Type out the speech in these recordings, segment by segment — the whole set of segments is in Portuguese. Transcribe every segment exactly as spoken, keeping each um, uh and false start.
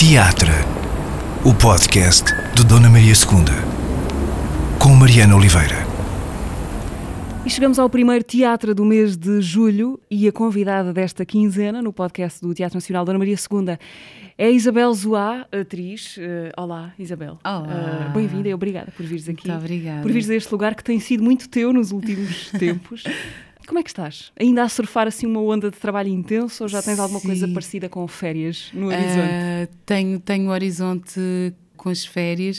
Teatro, o podcast de Dona Maria segunda, com Mariana Oliveira. E chegamos ao primeiro teatro do mês de julho e a convidada desta quinzena no podcast do Teatro Nacional Dona Maria segunda é a Isabel Zoá, atriz. Uh, olá, Isabel. Olá. Uh, bem-vinda e obrigada por vires aqui. Muito obrigada. Por vires a este lugar que tem sido muito teu nos últimos tempos. Como é que estás? Ainda a surfar assim uma onda de trabalho intenso ou já tens alguma Sim. coisa parecida com férias no horizonte? Uh, tenho, tenho horizonte com as férias,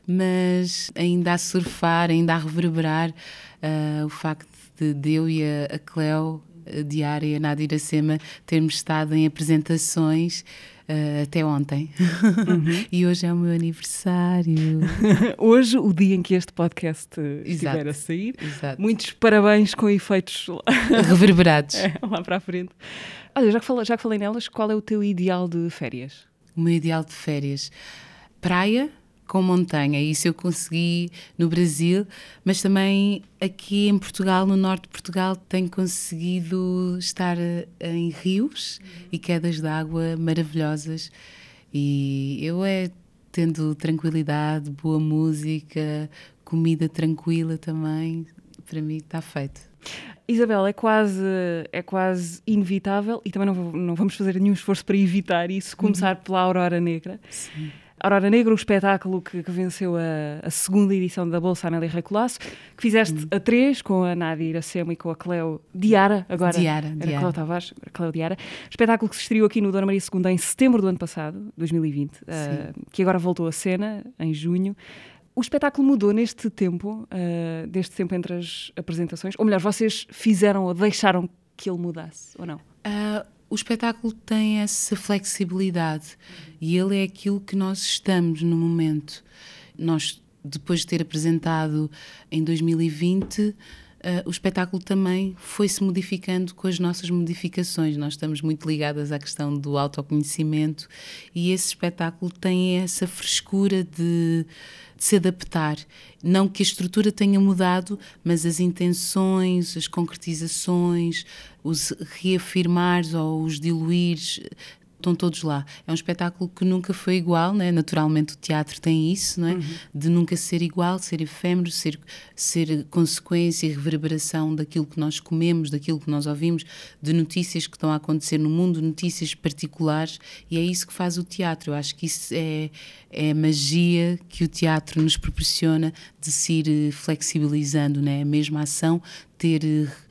mas ainda a surfar, ainda a reverberar uh, o facto de, de eu e a, a Cleo, a Diara e a Nádia Iracema termos estado em apresentações Uh, até ontem. Uhum. E hoje é o meu aniversário. Hoje, o dia em que este podcast estiver Exato. a sair. Exato. Muitos parabéns com efeitos reverberados. É, lá para a frente. Olha, já que, falei, já que falei nelas, qual é o teu ideal de férias? O meu ideal de férias? Praia com montanha. Isso eu consegui no Brasil, mas também aqui em Portugal, no norte de Portugal, tenho conseguido estar em rios uhum. e quedas de água maravilhosas. E eu é tendo tranquilidade, boa música, comida tranquila também, para mim está feito. Isabel, é quase, é quase inevitável, e também não, vou, não vamos fazer nenhum esforço para evitar isso, começar uhum. pela Aurora Negra. Sim. Aurora Negra, o espetáculo que, que venceu a, a segunda edição da Bolsa Amélia Rei Colasso, que fizeste hum. a três, com a Nádia Iracema e com a Cleo Diara, agora Diara, era Diara. Cleo Tavares, Cleo Diara. Espetáculo que se estreou aqui no Dona Maria segunda em setembro do ano passado, dois mil e vinte, uh, que agora voltou à cena, em junho. O espetáculo mudou neste tempo, uh, deste tempo entre as apresentações, ou melhor, vocês fizeram ou deixaram que ele mudasse, ou não? Uh, O espetáculo tem essa flexibilidade e ele é aquilo que nós estamos no momento. Nós, depois de ter apresentado em dois mil e vinte, uh, o espetáculo também foi-se modificando com as nossas modificações. Nós estamos muito ligadas à questão do autoconhecimento e esse espetáculo tem essa frescura de, de se adaptar. Não que a estrutura tenha mudado, mas as intenções, as concretizações, os reafirmares ou os diluires estão todos lá. É um espetáculo que nunca foi igual, né? Naturalmente o teatro tem isso, não é? Uhum. De nunca ser igual, ser efêmero, ser, ser consequência e reverberação daquilo que nós comemos, daquilo que nós ouvimos, de notícias que estão a acontecer no mundo, notícias particulares, e é isso que faz o teatro. Eu acho que isso é, é a magia que o teatro nos proporciona de se ir flexibilizando, né? A mesma ação ter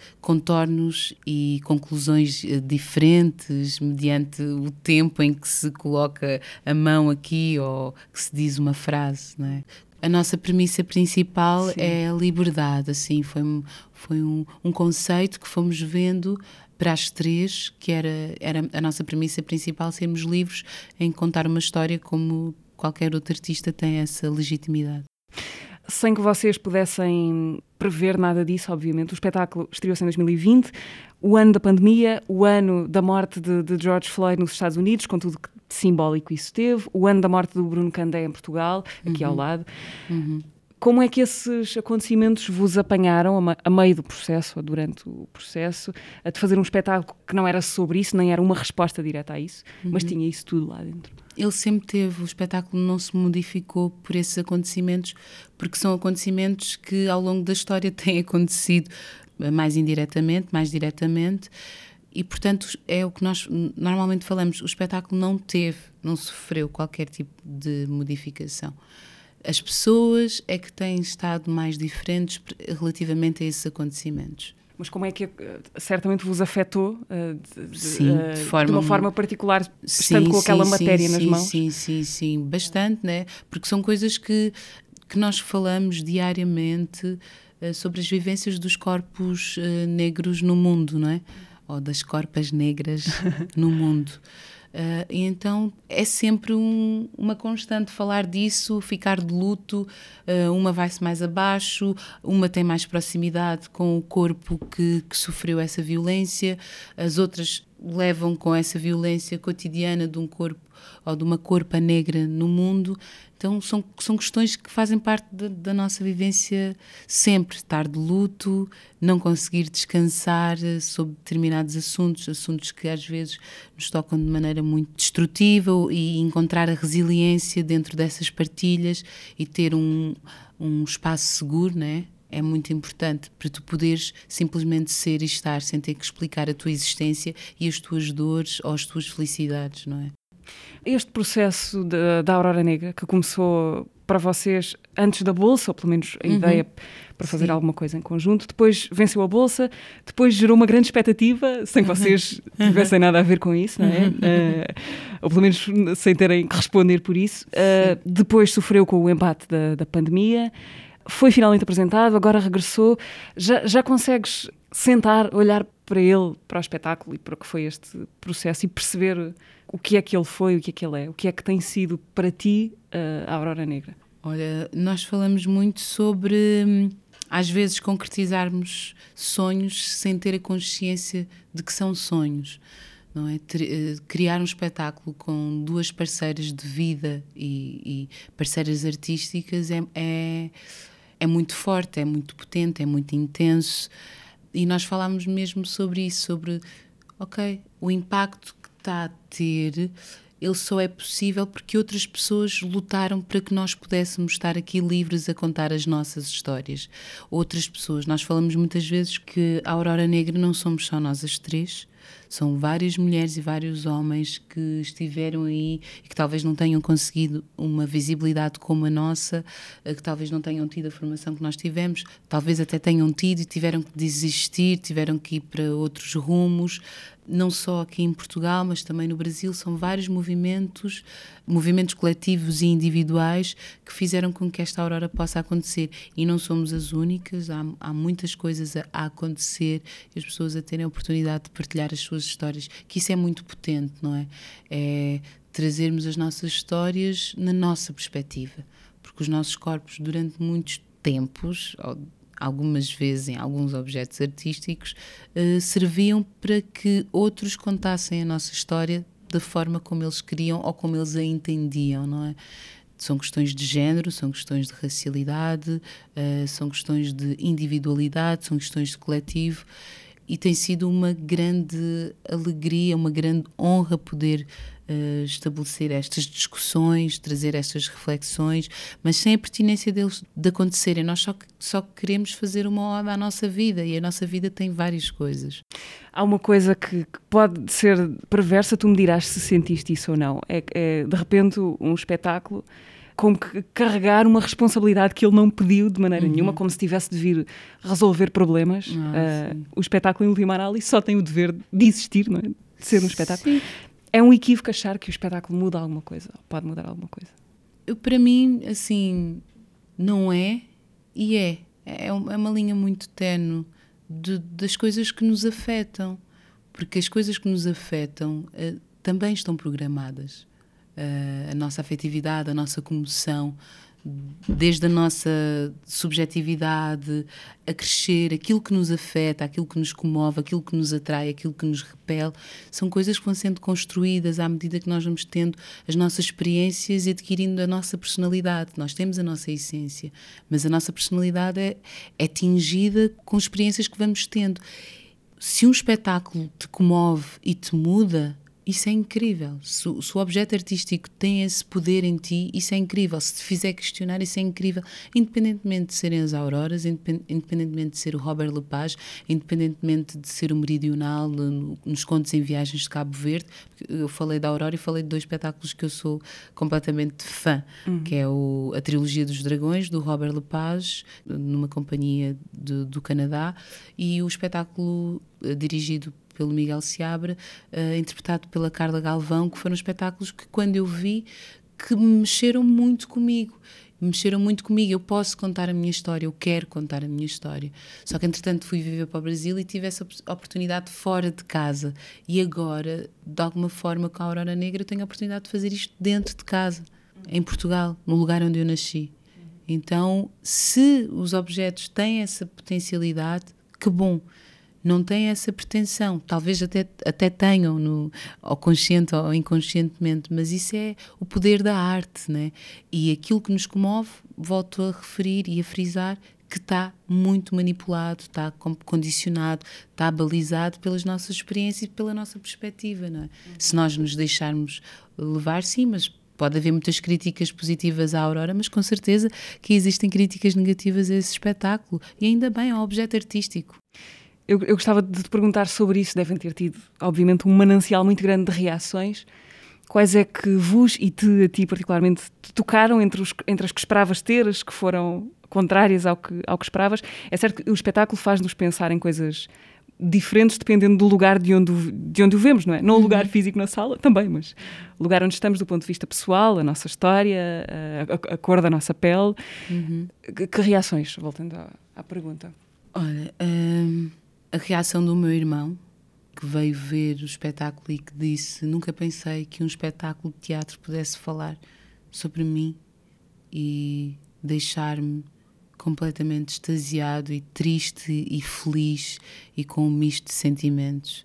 contornos e conclusões diferentes mediante o tempo em que se coloca a mão aqui ou que se diz uma frase, não é? A nossa premissa principal Sim. é a liberdade, assim, foi, foi um, um conceito que fomos vendo para as três, que era, era a nossa premissa principal, sermos livres em contar uma história como qualquer outro artista tem essa legitimidade. Sem que vocês pudessem prever nada disso, obviamente, o espetáculo estreou-se em dois mil e vinte, o ano da pandemia, o ano da morte de, de George Floyd nos Estados Unidos, com tudo que simbólico isso teve, o ano da morte do Bruno Candé em Portugal, aqui uhum. ao lado. Uhum. Como é que esses acontecimentos vos apanharam a, a meio do processo, ou durante o processo, a de fazer um espetáculo que não era sobre isso, nem era uma resposta direta a isso, uhum. mas tinha isso tudo lá dentro? Ele sempre teve, o espetáculo não se modificou por esses acontecimentos, porque são acontecimentos que ao longo da história têm acontecido mais indiretamente, mais diretamente, e portanto é o que nós normalmente falamos, o espetáculo não teve, não sofreu qualquer tipo de modificação. As pessoas é que têm estado mais diferentes relativamente a esses acontecimentos. Mas como é que certamente vos afetou uh, de, de, sim, uh, de, forma, de uma forma particular, sim, estando com aquela sim, matéria sim, nas sim, mãos? Sim, sim, sim, bastante, né? Porque são coisas que, que nós falamos diariamente uh, sobre as vivências dos corpos uh, negros no mundo, não é? Ou das corpas negras no mundo. Uh, e então é sempre um, uma constante falar disso, ficar de luto, uh, uma vai-se mais abaixo, uma tem mais proximidade com o corpo que, que sofreu essa violência, as outras levam com essa violência cotidiana de um corpo ou de uma corpa negra no mundo. Então são, são questões que fazem parte da, da nossa vivência sempre. Estar de luto, não conseguir descansar sobre determinados assuntos, assuntos que às vezes nos tocam de maneira muito destrutiva, e encontrar a resiliência dentro dessas partilhas e ter um, um espaço seguro, né? É muito importante para tu poderes simplesmente ser e estar sem ter que explicar a tua existência e as tuas dores ou as tuas felicidades, não é? Este processo de, da Aurora Negra, que começou para vocês antes da Bolsa, ou pelo menos a uhum. ideia para fazer Sim. alguma coisa em conjunto, depois venceu a Bolsa, depois gerou uma grande expectativa, sem que vocês tivessem nada a ver com isso, não é? Uh, ou pelo menos sem terem que responder por isso. Uh, depois sofreu com o embate da, da pandemia, foi finalmente apresentado, agora regressou. Já, já consegues sentar, olhar para ele, para o espetáculo e para o que foi este processo e perceber o que é que ele foi, o que é que ele é, o que é que tem sido para ti uh, a Aurora Negra? Olha, nós falamos muito sobre, às vezes, concretizarmos sonhos sem ter a consciência de que são sonhos. Não é? Criar um espetáculo com duas parceiras de vida e, e parceiras artísticas é, é, é muito forte, é muito potente, é muito intenso, e nós falámos mesmo sobre isso, sobre, ok, o impacto que está a ter, ele só é possível porque outras pessoas lutaram para que nós pudéssemos estar aqui livres a contar as nossas histórias. Outras pessoas, nós falamos muitas vezes que a Aurora Negra não somos só nós as três, são várias mulheres e vários homens que estiveram aí e que talvez não tenham conseguido uma visibilidade como a nossa, que talvez não tenham tido a formação que nós tivemos, talvez até tenham tido e tiveram que desistir, tiveram que ir para outros rumos, não só aqui em Portugal, mas também no Brasil. São vários movimentos, movimentos coletivos e individuais que fizeram com que esta Aurora possa acontecer. E não somos as únicas, há, há muitas coisas a, a acontecer e as pessoas a terem a oportunidade de partilhar as suas histórias, que isso é muito potente, não é? É trazermos as nossas histórias na nossa perspectiva, porque os nossos corpos, durante muitos tempos, algumas vezes em alguns objetos artísticos, uh, serviam para que outros contassem a nossa história da forma como eles queriam ou como eles a entendiam, não é? São questões de género, são questões de racialidade, uh, são questões de individualidade, são questões de coletivo, e tem sido uma grande alegria, uma grande honra poder uh, estabelecer estas discussões, trazer estas reflexões, mas sem a pertinência deles de acontecerem. Nós só, só queremos fazer uma ode à nossa vida, e a nossa vida tem várias coisas. Há uma coisa que, que pode ser perversa, tu me dirás se sentiste isso ou não. É, é de repente um espetáculo como que carregar uma responsabilidade que ele não pediu de maneira uhum. nenhuma, como se tivesse de vir resolver problemas. Ah, uh, o espetáculo, em última análise, só tem o dever de existir, não é? De ser um espetáculo. Sim. É um equívoco achar que o espetáculo muda alguma coisa, ou pode mudar alguma coisa. Eu, para mim, assim, não é e é. É uma linha muito ténue de, das coisas que nos afetam, porque as coisas que nos afetam uh, também estão programadas. Uh, a nossa afetividade, a nossa comoção, desde a nossa subjetividade a crescer, aquilo que nos afeta, aquilo que nos comove, aquilo que nos atrai, aquilo que nos repele, são coisas que vão sendo construídas à medida que nós vamos tendo as nossas experiências e adquirindo a nossa personalidade. Nós temos a nossa essência, mas a nossa personalidade é, é tingida com experiências que vamos tendo. Se um espetáculo te comove e te muda, isso é incrível. Se, se o objeto artístico tem esse poder em ti, isso é incrível. Se te fizer questionar, isso é incrível. Independentemente de serem as Auroras, independentemente de ser o Robert Lepage, independentemente de ser o Meridional no, nos Contos em Viagens de Cabo Verde. Eu falei da Aurora e falei de dois espetáculos que eu sou completamente fã, uhum. que é o, a Trilogia dos Dragões, do Robert Lepage, numa companhia de, do Canadá, e o espetáculo uh, dirigido pelo Miguel Seabra, uh, interpretado pela Carla Galvão, que foram espetáculos que, quando eu vi, que me mexeram muito comigo. Me mexeram muito comigo. Eu posso contar a minha história, eu quero contar a minha história. Só que, entretanto, fui viver para o Brasil e tive essa oportunidade fora de casa. E agora, de alguma forma, com a Aurora Negra, eu tenho a oportunidade de fazer isto dentro de casa, em Portugal, no lugar onde eu nasci. Então, se os objetos têm essa potencialidade, que bom. não têm essa pretensão, talvez até, até tenham, no, ou consciente ou inconscientemente, mas isso é o poder da arte, né? E aquilo que nos comove, volto a referir e a frisar, que está muito manipulado, está condicionado, está balizado pelas nossas experiências e pela nossa perspectiva, não é? Uhum. Se nós nos deixarmos levar, sim, mas pode haver muitas críticas positivas à Aurora, mas com certeza que existem críticas negativas a esse espetáculo, e ainda bem, ao objeto artístico. Eu, eu gostava de te perguntar sobre isso, devem ter tido, obviamente, um manancial muito grande de reações. Quais é que vos e te, a ti particularmente, te tocaram entre, os, entre as que esperavas ter, as que foram contrárias ao que, ao que esperavas? É certo que o espetáculo faz-nos pensar em coisas diferentes dependendo do lugar de onde, de onde o vemos, não é? Não o lugar físico na sala, também, mas o lugar onde estamos do ponto de vista pessoal, a nossa história, a, a, a cor da nossa pele. Uhum. Que, que reações, voltando à, à pergunta? Olha, hum, a reação do meu irmão, que veio ver o espetáculo e que disse: nunca pensei que um espetáculo de teatro pudesse falar sobre mim e deixar-me completamente extasiado e triste e feliz e com um misto de sentimentos.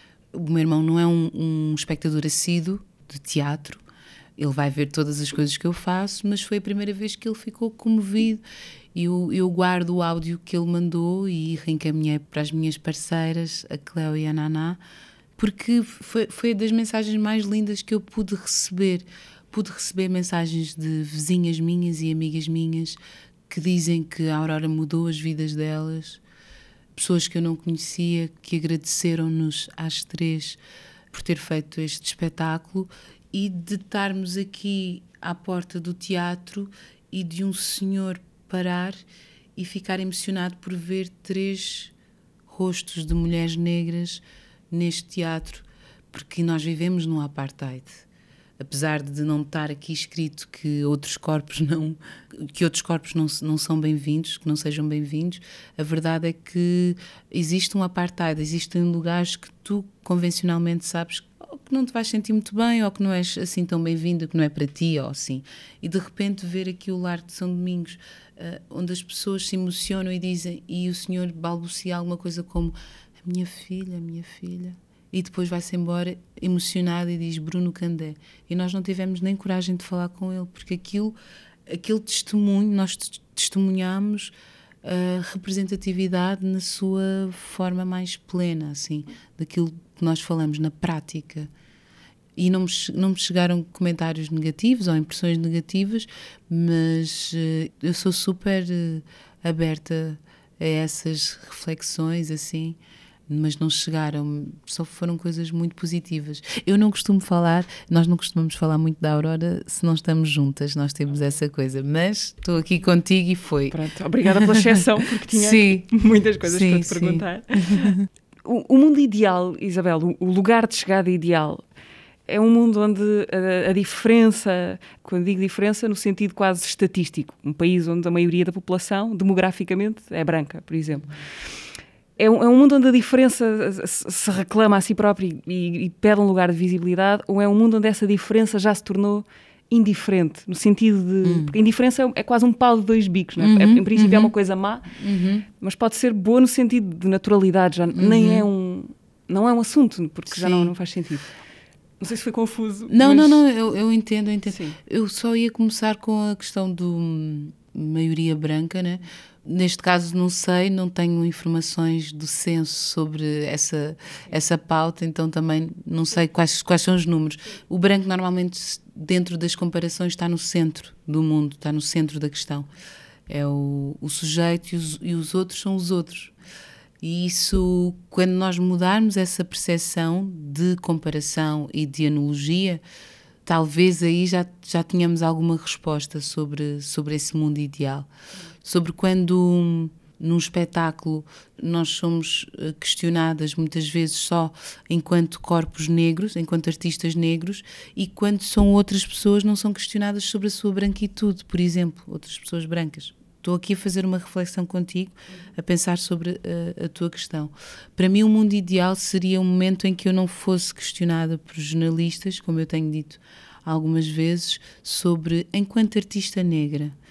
O meu irmão não é um, um espectador assíduo de teatro, ele vai ver todas as coisas que eu faço, mas foi a primeira vez que ele ficou comovido. Eu, eu guardo o áudio que ele mandou e reencaminhei para as minhas parceiras, a Cleo e a Naná, porque foi, foi das mensagens mais lindas que eu pude receber. Pude receber mensagens de vizinhas minhas e amigas minhas que dizem que a Aurora mudou as vidas delas, pessoas que eu não conhecia, que agradeceram-nos às três por ter feito este espetáculo, e de estarmos aqui à porta do teatro e de um senhor parar e ficar emocionado por ver três rostos de mulheres negras neste teatro, porque nós vivemos num apartheid. Apesar de não estar aqui escrito que outros corpos não, que outros corpos não, não são bem-vindos, que não sejam bem-vindos, a verdade é que existe um apartheid, existem lugares que tu convencionalmente sabes que não te vais sentir muito bem, ou que não és assim tão bem-vindo, que não é para ti, ou assim. E de repente ver aqui o Lar de São Domingos, uh, onde as pessoas se emocionam e dizem, e o senhor balbucia alguma coisa como: a minha filha, a minha filha... E depois vai-se embora emocionado e diz Bruno Candé. E nós não tivemos nem coragem de falar com ele, porque aquilo, aquele testemunho, nós testemunhamos a representatividade na sua forma mais plena, assim, daquilo que nós falamos na prática. E não me, não me chegaram comentários negativos ou impressões negativas, mas uh, eu sou super uh, aberta a essas reflexões, assim, mas não chegaram, só foram coisas muito positivas. Eu não costumo falar, nós não costumamos falar muito da Aurora se não estamos juntas, nós temos essa coisa, mas estou aqui contigo e foi. Pronto, obrigada pela exceção, porque tinha sim, muitas coisas sim, para te sim. perguntar. O, o mundo ideal, Isabel, o, o lugar de chegada ideal, é um mundo onde a, a diferença, quando digo diferença, no sentido quase estatístico, um país onde a maioria da população, demograficamente, é branca, por exemplo. É um, é um mundo onde a diferença se, se reclama a si própria e, e pede um lugar de visibilidade, ou é um mundo onde essa diferença já se tornou indiferente, no sentido de... Hum. Porque indiferença é, é quase um pau de dois bicos, não é? Uhum, é, em princípio uhum. é uma coisa má, uhum. mas pode ser boa no sentido de naturalidade, já uhum. nem é um... Não é um assunto, porque Sim. já não, não faz sentido. Não sei se foi confuso. Não, mas... não, não, eu, eu entendo, eu entendo. Sim. Eu só ia começar com a questão do maioria branca, né? Neste caso não sei, não tenho informações do censo sobre essa, essa pauta, então também não sei quais, quais são os números. O branco normalmente dentro das comparações está no centro do mundo, está no centro da questão. É o, o sujeito e os, e os outros são os outros. E isso, quando nós mudarmos essa percepção de comparação e de analogia, talvez aí já, já tenhamos alguma resposta sobre, sobre esse mundo ideal. Sobre quando num espetáculo nós somos questionadas muitas vezes só enquanto corpos negros, enquanto artistas negros, e quando são outras pessoas não são questionadas sobre a sua branquitude, por exemplo, outras pessoas brancas. Estou aqui a fazer uma reflexão contigo, a pensar sobre a, a tua questão. Para mim, o mundo ideal seria um momento em que eu não fosse questionada por jornalistas, como eu tenho dito algumas vezes, sobre, enquanto artista negra,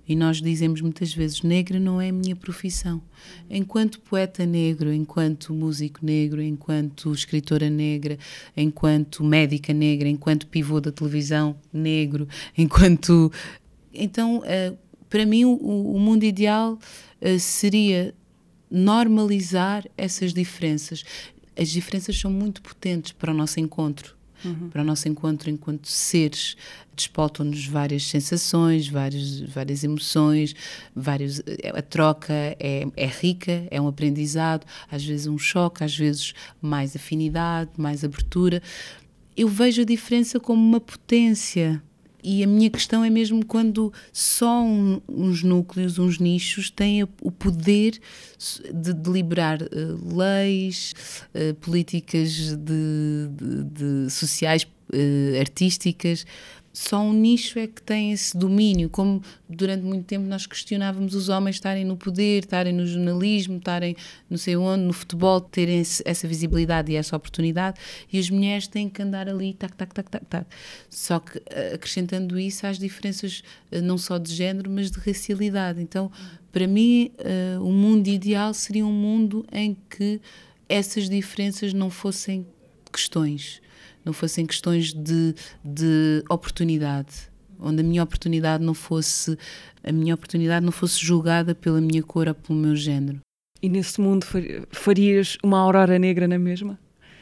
E nós dizemos muitas vezes, negra não é a minha profissão. Enquanto poeta negro, enquanto músico negro, enquanto escritora negra, enquanto médica negra, enquanto pivô da televisão negro, enquanto... Então, para mim, o mundo ideal seria normalizar essas diferenças. As diferenças são muito potentes para o nosso encontro. Uhum. Para o nosso encontro enquanto seres, despotam-nos várias sensações, várias, várias emoções, vários, a troca é, é rica, é um aprendizado, às vezes um choque, às vezes mais afinidade, mais abertura. Eu vejo a diferença como uma potência. E a minha questão é mesmo quando só um, uns núcleos, uns nichos têm o poder de deliberar uh, leis, uh, políticas de, de, de sociais, uh, artísticas. Só um nicho é que tem esse domínio, como durante muito tempo nós questionávamos os homens estarem no poder, estarem no jornalismo, estarem não sei onde, no futebol, terem esse, essa visibilidade e essa oportunidade, e as mulheres têm que andar ali, tac, tac, tac, tac, tac. Só que acrescentando isso às diferenças não só de género, mas de racialidade. Então, para mim, uh, o mundo ideal seria um mundo em que essas diferenças não fossem questões, não fossem questões de, de oportunidade, onde a minha oportunidade não fosse a minha oportunidade não fosse julgada pela minha cor ou pelo meu género. E nesse mundo farias uma aurora negra na mesma?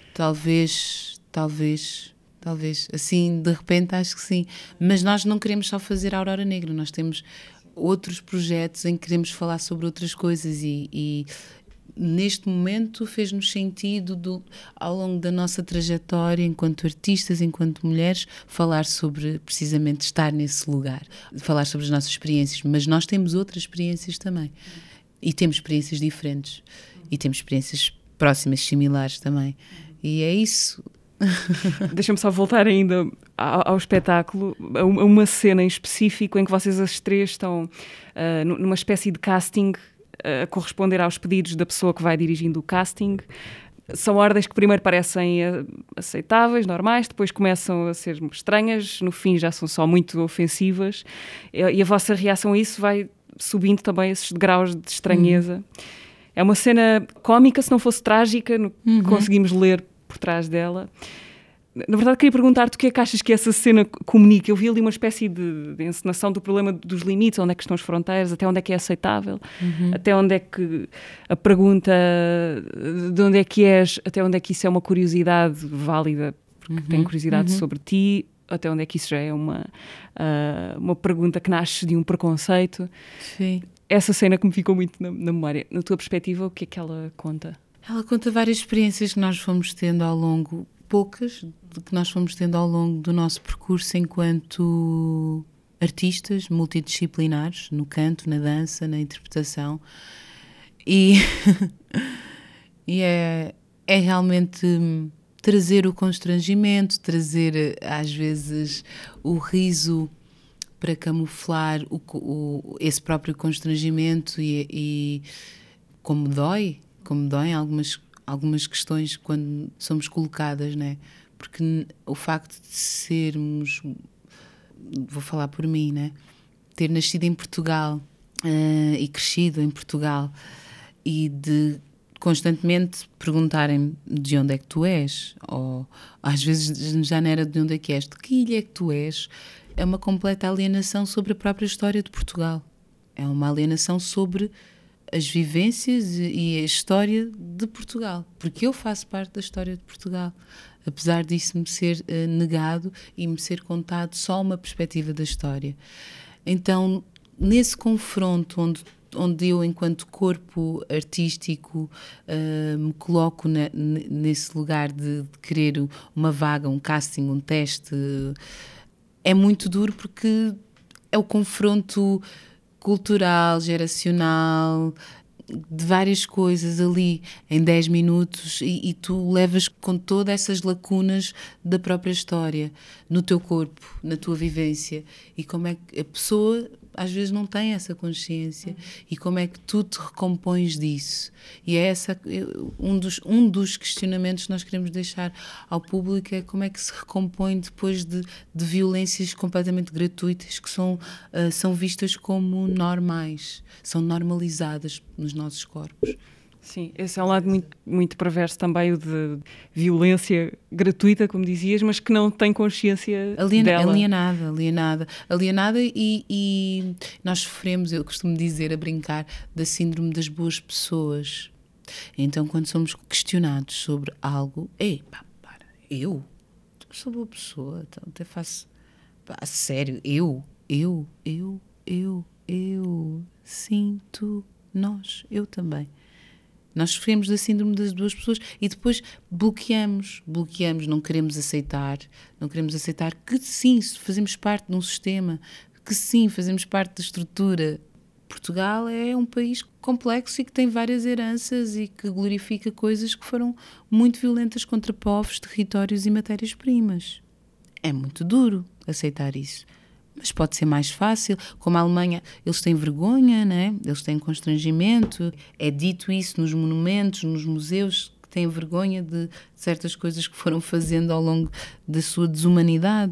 Talvez, talvez, talvez. Assim, de repente, acho que sim. Mas nós não queremos só fazer a aurora negra, nós temos outros projetos em que queremos falar sobre outras coisas e... e neste momento fez-nos sentido do, ao longo da nossa trajetória enquanto artistas, enquanto mulheres, falar sobre precisamente estar nesse lugar, falar sobre as nossas experiências, mas nós temos outras experiências também e temos experiências diferentes e temos experiências próximas, similares também, e é isso. Deixa-me só voltar ainda ao, ao espetáculo, a uma cena em específico em que vocês as três estão uh, numa espécie de casting a corresponder aos pedidos da pessoa que vai dirigindo o casting. São ordens que primeiro parecem aceitáveis, normais, depois começam a ser estranhas, no fim já são só muito ofensivas, e a vossa reação a isso vai subindo também esses degraus de estranheza. Uhum. É uma cena cómica, se não fosse trágica, no que uhum. conseguimos ler por trás dela. Na verdade, queria perguntar-te o que é que achas que essa cena comunica. Eu vi ali uma espécie de, de encenação do problema dos limites, onde é que estão as fronteiras, até onde é que é aceitável, uhum. até onde é que a pergunta de onde é que és, até onde é que isso é uma curiosidade válida, porque uhum. tenho curiosidade uhum. sobre ti, até onde é que isso já é uma, uh, uma pergunta que nasce de um preconceito. Sim. Essa cena que me ficou muito na, na memória. Na tua perspectiva, o que é que ela conta? Ela conta várias experiências que nós fomos tendo ao longo poucas que nós fomos tendo ao longo do nosso percurso enquanto artistas multidisciplinares, no canto, na dança, na interpretação, e, e é, é realmente trazer o constrangimento, trazer às vezes o riso para camuflar o, o, esse próprio constrangimento e, e como dói, como dói algumas algumas questões quando somos colocadas, né? Porque o facto de sermos, vou falar por mim, né? Ter nascido em Portugal uh, e crescido em Portugal e de constantemente perguntarem de onde é que tu és, ou às vezes já não era de onde é que és, de que ilha é que tu és, é uma completa alienação sobre a própria história de Portugal. É uma alienação sobre as vivências e a história de Portugal, porque eu faço parte da história de Portugal, apesar disso me ser uh, negado e me ser contado só uma perspectiva da história. Então, nesse confronto onde, onde eu, enquanto corpo artístico, uh, me coloco na, nesse lugar de, de querer uma vaga, um casting, um teste, é muito duro porque é o confronto cultural, geracional, de várias coisas ali em dez minutos e, e tu levas com todas essas lacunas da própria história no teu corpo, na tua vivência, e como é que a pessoa às vezes não têm essa consciência. E como é que tu te recompões disso? E é essa, um dos, um dos questionamentos que nós queremos deixar ao público, é como é que se recompõe depois de, de violências completamente gratuitas que são, uh, são vistas como normais, são normalizadas nos nossos corpos. Sim, esse é um lado muito, muito perverso também, o de violência gratuita, como dizias, mas que não tem consciência Aliena, dela. Alienada, alienada, alienada e, e nós sofremos, eu costumo dizer, a brincar, da síndrome das boas pessoas. Então, quando somos questionados sobre algo, ei, pá, para, eu? Eu sou boa pessoa, então até faço, pá, sério, eu, eu, eu, eu, eu, sinto, nós, eu também. Nós sofremos da síndrome das duas pessoas e depois bloqueamos, bloqueamos, não queremos aceitar, não queremos aceitar que sim, fazemos parte de um sistema, que sim, fazemos parte da estrutura. Portugal é um país complexo e que tem várias heranças e que glorifica coisas que foram muito violentas contra povos, territórios e matérias-primas. É muito duro aceitar isso. Mas pode ser mais fácil, como a Alemanha, eles têm vergonha, né? Eles têm constrangimento, é dito isso nos monumentos, nos museus, que têm vergonha de certas coisas que foram fazendo ao longo da sua desumanidade.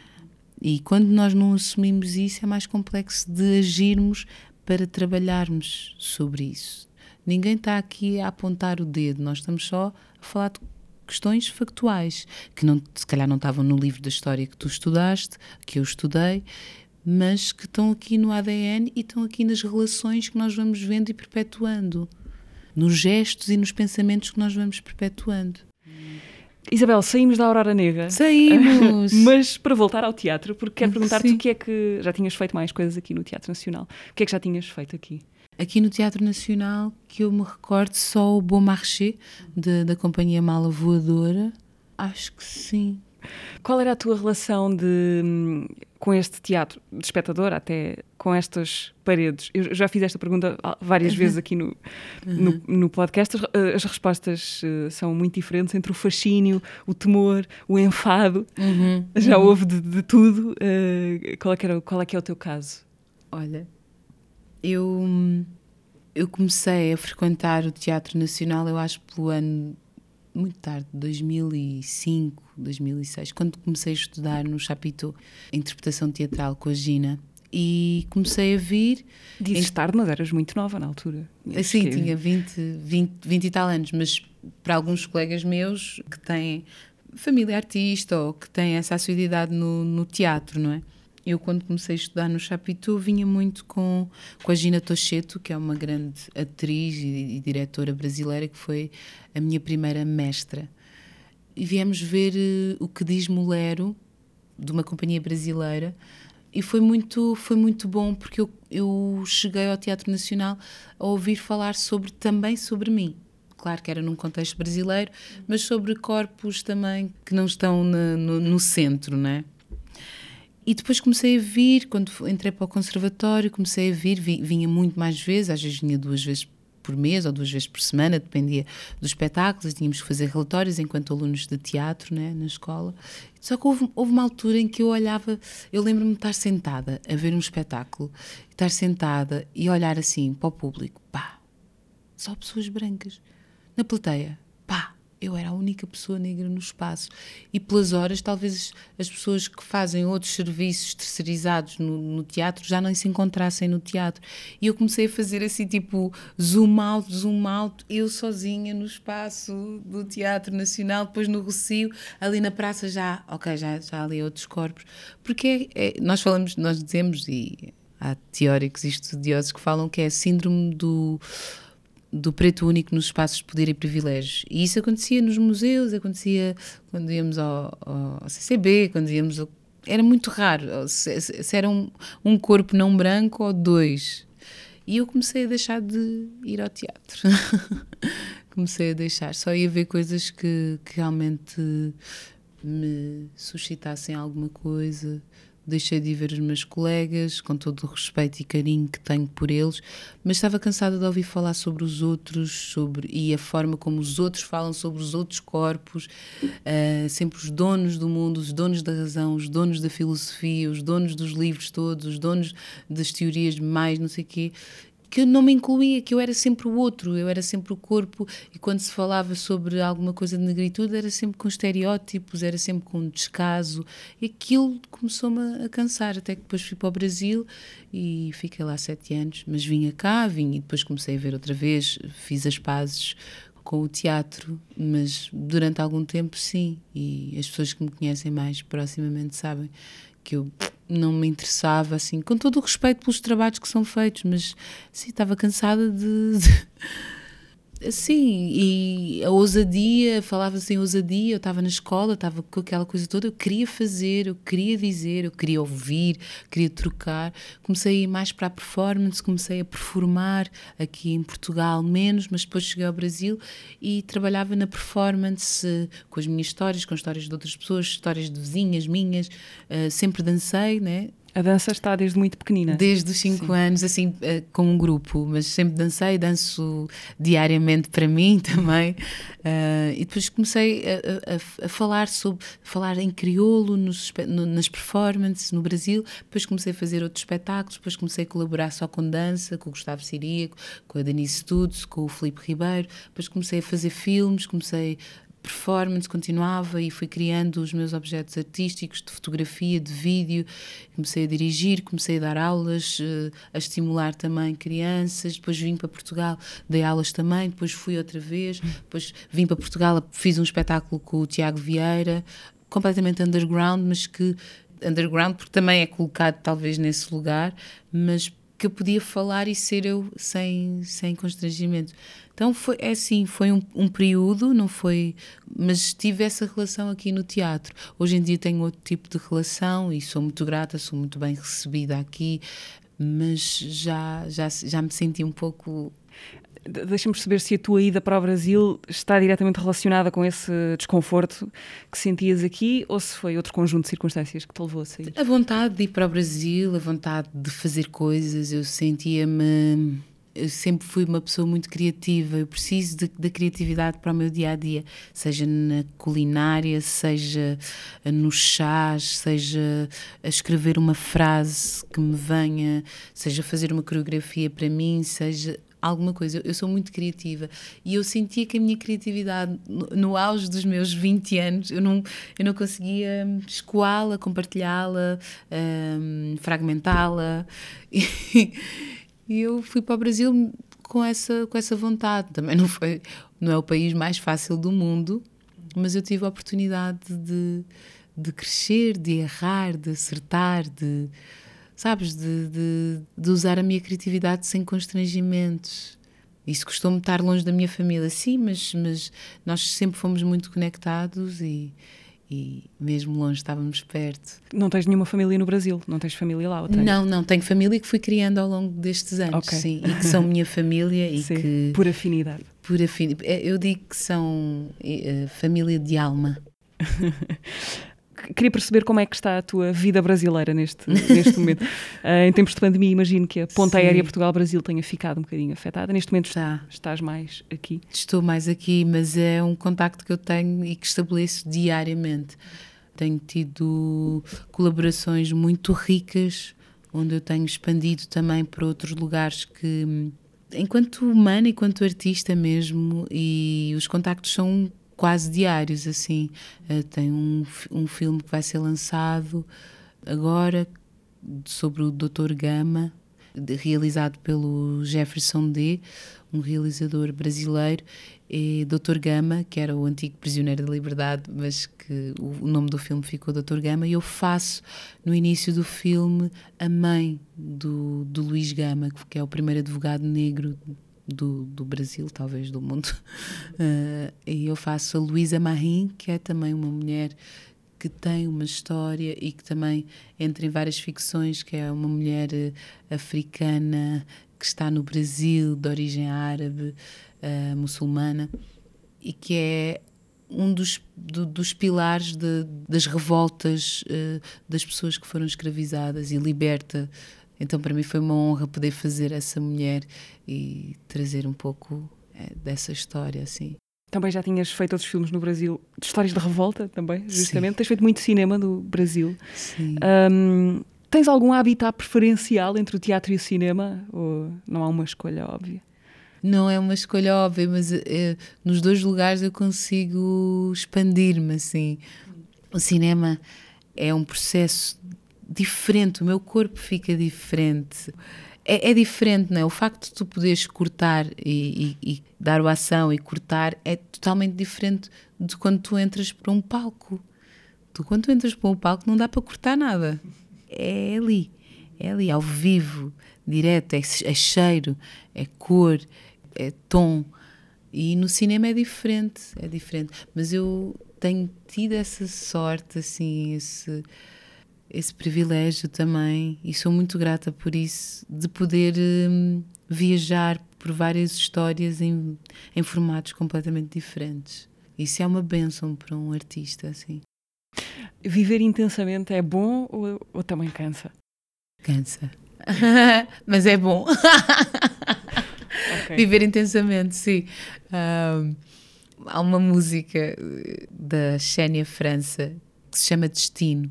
E quando nós não assumimos isso, é mais complexo de agirmos para trabalharmos sobre isso. Ninguém está aqui a apontar o dedo, nós estamos só a falar de questões factuais, que não, se calhar não estavam no livro da história que tu estudaste, que eu estudei, mas que estão aqui no A D N e estão aqui nas relações que nós vamos vendo e perpetuando, nos gestos e nos pensamentos que nós vamos perpetuando. Isabel, saímos da Aurora Negra. Saímos! Mas para voltar ao teatro, porque quero perguntar-te Sim. o que é que... Já tinhas feito mais coisas aqui no Teatro Nacional. O que é que já tinhas feito aqui? Aqui no Teatro Nacional, que eu me recordo, só o Bon Marché, de, da Companhia Mala Voadora. Acho que sim. Qual era a tua relação de, com este teatro, de espectador, até com estas paredes? Eu já fiz esta pergunta várias uhum. vezes aqui no, uhum. no, no podcast. As, as respostas uh, são muito diferentes entre o fascínio, o temor, o enfado. Uhum. Já uhum. houve de, de tudo. Uh, qual, é que era, qual é que é o teu caso? Olha, eu, eu comecei a frequentar o Teatro Nacional, eu acho, pelo ano... muito tarde, dois mil e cinco, dois mil e seis, quando comecei a estudar no Chapiteau, a interpretação teatral com a Gina, e comecei a vir... Dizes em... tarde, mas eras muito nova na altura. Sim, que... tinha vinte, vinte, vinte e tal anos, mas para alguns colegas meus que têm família artista ou que têm essa assiduidade no, no teatro, não é? Eu, quando comecei a estudar no Chapiteau, vinha muito com, com a Gina Tocheto, que é uma grande atriz e, e diretora brasileira, que foi a minha primeira mestra. E viemos ver uh, o Que Diz Mulero, de uma companhia brasileira, e foi muito, foi muito bom, porque eu, eu cheguei ao Teatro Nacional a ouvir falar sobre, também sobre mim. Claro que era num contexto brasileiro, mas sobre corpos também que não estão na, no, no centro, não é? E depois comecei a vir, quando entrei para o conservatório, comecei a vir, vinha muito mais vezes, às vezes vinha duas vezes por mês ou duas vezes por semana, dependia dos espetáculos, tínhamos que fazer relatórios enquanto alunos de teatro, né, na escola. Só que houve, houve uma altura em que eu olhava, eu lembro-me de estar sentada a ver um espetáculo, estar sentada e olhar assim para o público, pá, só pessoas brancas. Na plateia, pá, eu era a única pessoa negra no espaço. E pelas horas, talvez as pessoas que fazem outros serviços terceirizados no, no teatro já não se encontrassem no teatro. E eu comecei a fazer assim, tipo, zoom out, zoom out, eu sozinha no espaço do Teatro Nacional, depois no Rossio, ali na praça já, ok, já, já ali outros corpos. Porque é, é, nós falamos, nós dizemos, e há teóricos e estudiosos que falam que é a síndrome do... do preto único nos espaços de poder e privilégios. E isso acontecia nos museus, acontecia quando íamos ao, ao C C B, quando íamos... Ao, era muito raro, se, se era um, um corpo não branco ou dois. E eu comecei a deixar de ir ao teatro. Comecei a deixar. Só ia ver coisas que, que realmente me suscitassem alguma coisa deixei de ir ver os meus colegas, com todo o respeito e carinho que tenho por eles, mas estava cansada de ouvir falar sobre os outros, sobre, e a forma como os outros falam sobre os outros corpos, uh, sempre os donos do mundo, os donos da razão, os donos da filosofia, os donos dos livros todos, os donos das teorias mais não sei o quê, que eu não me incluía, que eu era sempre o outro, eu era sempre o corpo, e quando se falava sobre alguma coisa de negritude era sempre com estereótipos, era sempre com descaso, e aquilo começou-me a cansar, até que depois fui para o Brasil e fiquei lá sete anos, mas vinha cá, vim e depois comecei a ver outra vez, fiz as pazes com o teatro, mas durante algum tempo sim, e as pessoas que me conhecem mais proximamente sabem que eu não me interessava, assim, com todo o respeito pelos trabalhos que são feitos, mas sim, estava cansada de... de assim, e a ousadia, falava-se em ousadia, eu estava na escola, estava com aquela coisa toda, eu queria fazer, eu queria dizer, eu queria ouvir, queria trocar, comecei a ir mais para a performance, comecei a performar aqui em Portugal menos, mas depois cheguei ao Brasil e trabalhava na performance com as minhas histórias, com histórias de outras pessoas, histórias de vizinhas minhas, uh, sempre dancei, né? A dança está desde muito pequenina. Desde os cinco anos, assim, com um grupo, mas sempre dancei, danço diariamente para mim também. Uh, e depois comecei a, a, a falar sobre, a falar em crioulo nos, no, nas performances no Brasil. Depois comecei a fazer outros espetáculos, depois comecei a colaborar só com dança, com o Gustavo Ciríaco, com a Denise Studs, com o Filipe Ribeiro. Depois comecei a fazer filmes, comecei performance, continuava e fui criando os meus objetos artísticos de fotografia, de vídeo, comecei a dirigir, comecei a dar aulas, a estimular também crianças, depois vim para Portugal, dei aulas também, depois fui outra vez, depois vim para Portugal, fiz um espetáculo com o Tiago Vieira, completamente underground, mas que, underground porque também é colocado talvez nesse lugar, mas que eu podia falar e ser eu sem, sem constrangimento. Então foi, é assim, foi um, um período, não foi, mas tive essa relação aqui no teatro. Hoje em dia tenho outro tipo de relação e sou muito grata, sou muito bem recebida aqui, mas já, já, já me senti um pouco... Deixa-me perceber se a tua ida para o Brasil está diretamente relacionada com esse desconforto que sentias aqui ou se foi outro conjunto de circunstâncias que te levou a sair? A vontade de ir para o Brasil, a vontade de fazer coisas, eu sentia-me... Eu sempre fui uma pessoa muito criativa, eu preciso da criatividade para o meu dia-a-dia, seja na culinária, seja nos chás, seja a escrever uma frase que me venha, seja fazer uma coreografia para mim, seja... alguma coisa, eu sou muito criativa e eu sentia que a minha criatividade no, no auge dos meus vinte anos eu não, eu não conseguia escoá-la, compartilhá-la, um, fragmentá-la e, e eu fui para o Brasil com essa, com essa vontade. Também não foi, não é o país mais fácil do mundo, mas eu tive a oportunidade de, de crescer, de errar, de acertar, de... sabes, de, de, de usar a minha criatividade sem constrangimentos. Isso custou-me estar longe da minha família, sim, mas, mas nós sempre fomos muito conectados e, e mesmo longe estávamos perto. Não tens nenhuma família no Brasil? Não tens família lá? Ou tens? Não, não, tenho família que fui criando ao longo destes anos, okay. sim, e que são minha família e sim, que... por afinidade. Por afinidade. Eu digo que são uh, família de alma. Queria perceber como é que está a tua vida brasileira neste, neste momento. Uh, em tempos de pandemia, imagino que a ponta Sim. aérea Portugal-Brasil tenha ficado um bocadinho afetada. Neste momento está. estás mais aqui? Estou mais aqui, mas é um contacto que eu tenho e que estabeleço diariamente. Tenho tido colaborações muito ricas, onde eu tenho expandido também para outros lugares que, enquanto humana, enquanto artista mesmo, e os contactos são quase diários, assim. Uh, tem um, um filme que vai ser lançado agora sobre o doutor Gama, de, realizado pelo Jefferson D., um realizador brasileiro, e doutor Gama, que era o antigo prisioneiro da liberdade, mas que o, o nome do filme ficou doutor Gama, e eu faço no início do filme a mãe do, do Luís Gama, que é o primeiro advogado negro Do, do Brasil, talvez do mundo, uh, e eu faço a Luísa Marim, que é também uma mulher que tem uma história e que também entra em várias ficções, que é uma mulher uh, africana que está no Brasil, de origem árabe, uh, muçulmana, e que é um dos, do, dos pilares de, das revoltas uh, das pessoas que foram escravizadas e liberta. Então, para mim foi uma honra poder fazer essa mulher e trazer um pouco é, dessa história, assim. Também já tinhas feito outros filmes no Brasil, de histórias de revolta também, justamente. Sim. Tens feito muito cinema no Brasil. Sim. Um, tens algum habitat preferencial entre o teatro e o cinema? Ou não há uma escolha óbvia? Não é uma escolha óbvia, mas é, nos dois lugares eu consigo expandir-me, assim. O cinema é um processo diferente, o meu corpo fica diferente. É, é diferente, não é? O facto de tu poderes cortar e, e, e dar a ação e cortar é totalmente diferente de quando tu entras para um palco. Tu, quando tu entras para um palco, não dá para cortar nada. É ali, é ali, ao vivo, direto, é, é cheiro, é cor, é tom. E no cinema é diferente, é diferente. Mas eu tenho tido essa sorte, assim, esse... esse privilégio também, e sou muito grata por isso, de poder hum, viajar por várias histórias em, em formatos completamente diferentes. Isso é uma bênção para um artista, assim. Viver intensamente é bom ou, ou também cansa? Cansa. Mas é bom. Okay. Viver intensamente, sim. Um, há uma música da Xénia França que se chama Destino.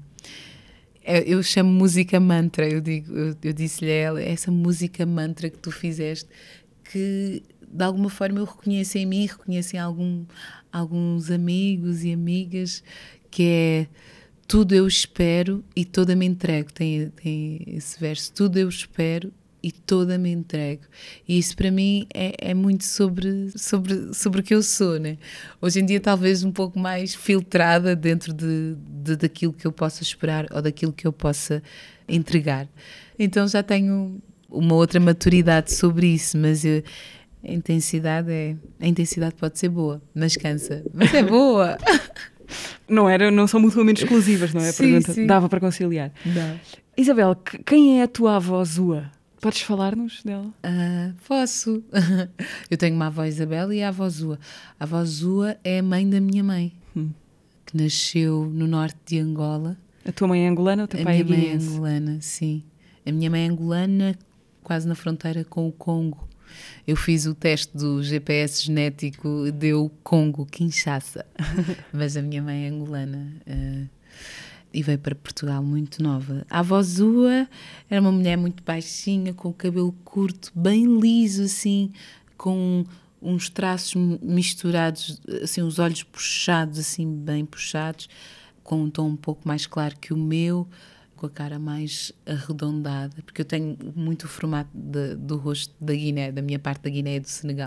Eu chamo música mantra, eu, digo, eu, eu disse-lhe a ela, essa música mantra que tu fizeste, que de alguma forma eu reconheço em mim, reconheço em algum, alguns amigos e amigas, que é tudo eu espero e toda me entrego, tem, tem esse verso, tudo eu espero e toda me entrego. E isso para mim é, é muito sobre, sobre, sobre o que eu sou, né? Hoje em dia talvez um pouco mais filtrada dentro de, de, daquilo que eu possa esperar ou daquilo que eu possa entregar. Então já tenho uma outra maturidade sobre isso, mas eu, a intensidade é... A intensidade pode ser boa, mas cansa. Mas é boa! Não, era, não são mutuamente exclusivas, não é? A sim, pergunta sim. Dava para conciliar. Dá. Isabel, quem é a tua avó Zua? Podes falar-nos dela? Uh, posso. Eu tenho uma avó Isabel e a avó Zua. A avó Zua é a mãe da minha mãe, hum. que nasceu no norte de Angola. A tua mãe é angolana ou o teu a pai é guineense? A guineense? minha mãe é angolana, sim. A minha mãe é angolana, quase na fronteira com o Congo. Eu fiz o teste do G P S genético, deu Congo, Kinshasa. Mas a minha mãe é angolana. Uh, E veio para Portugal muito nova. A avó Zua era uma mulher muito baixinha, com o cabelo curto, bem liso, assim, com uns traços misturados, assim, os olhos puxados, assim, bem puxados, com um tom um pouco mais claro que o meu, com a cara mais arredondada, porque eu tenho muito o formato de, do rosto da Guiné, da minha parte da Guiné e do Senegal.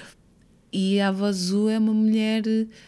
E a avó Zua é uma mulher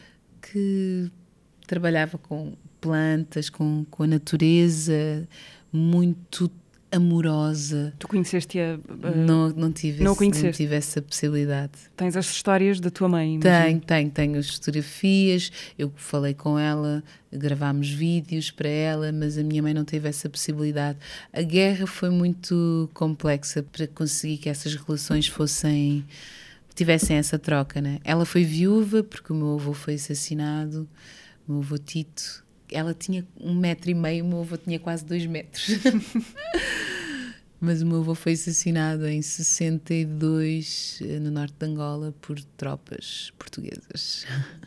que trabalhava com plantas, com, com a natureza, muito amorosa. Tu conheceste-a? Uh, não, não, tive não, esse, não tive essa possibilidade. Tens as histórias da tua mãe? Tenho, tenho, tenho as fotografias, eu falei com ela, gravámos vídeos para ela, mas a minha mãe não teve essa possibilidade. A guerra foi muito complexa para conseguir que essas relações fossem, tivessem essa troca, né? Ela foi viúva porque o meu avô foi assassinado, o meu avô Tito. Ela tinha um metro e meio, o meu avô tinha quase dois metros. Mas o meu avô foi assassinado em sessenta e dois, no norte de Angola, por tropas portuguesas.